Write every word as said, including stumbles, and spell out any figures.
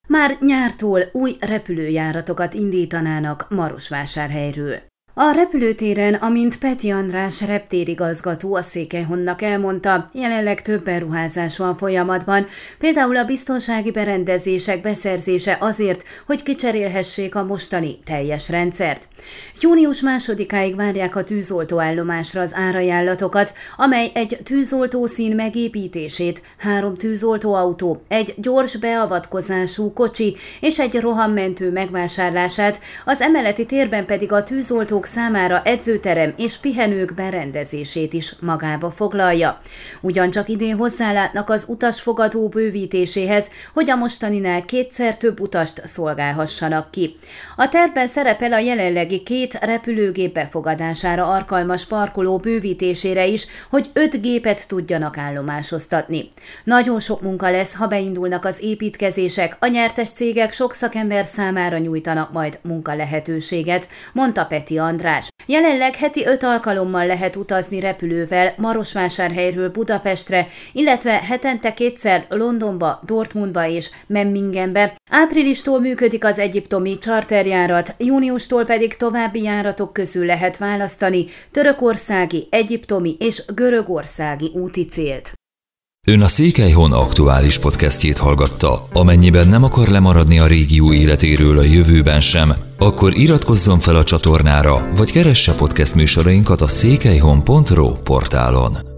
Már nyártól új repülőjáratokat indítanának Marosvásárhelyről. A repülőtéren, amint Petty András reptérigazgató a Székelyhonnak elmondta, jelenleg több beruházás van folyamatban, például a biztonsági berendezések beszerzése azért, hogy kicserélhessék a mostani teljes rendszert. Június másodikáig várják a tűzoltóállomásra az árajánlatokat, amely egy tűzoltószín megépítését, három tűzoltóautó, egy gyors beavatkozású kocsi és egy rohammentő megvásárlását, az emeleti térben pedig a tűzoltók számára edzőterem és pihenők berendezését is magába foglalja. Ugyancsak idén hozzálátnak az utasfogadó bővítéséhez, hogy a mostaninál kétszer több utast szolgálhassanak ki. A tervben szerepel a jelenlegi két repülőgép befogadására alkalmas parkoló bővítésére is, hogy öt gépet tudjanak állomásoztatni. Nagyon sok munka lesz, ha beindulnak az építkezések, a nyertes cégek sok szakember számára nyújtanak majd munkalehetőséget, mondta Petty András. Jelenleg heti öt alkalommal lehet utazni repülővel Marosvásárhelyről Budapestre, illetve hetente kétszer Londonba, Dortmundba és Memmingenbe. Áprilistól működik az egyiptomi charterjárat, júniustól pedig további járatok közül lehet választani törökországi, egyiptomi és görögországi úti célt. Ön a Székelyhon aktuális podcastjét hallgatta. Amennyiben nem akar lemaradni a régió életéről a jövőben sem, akkor iratkozzon fel a csatornára, vagy keresse podcast műsorainkat a székelyhon pont ro portálon.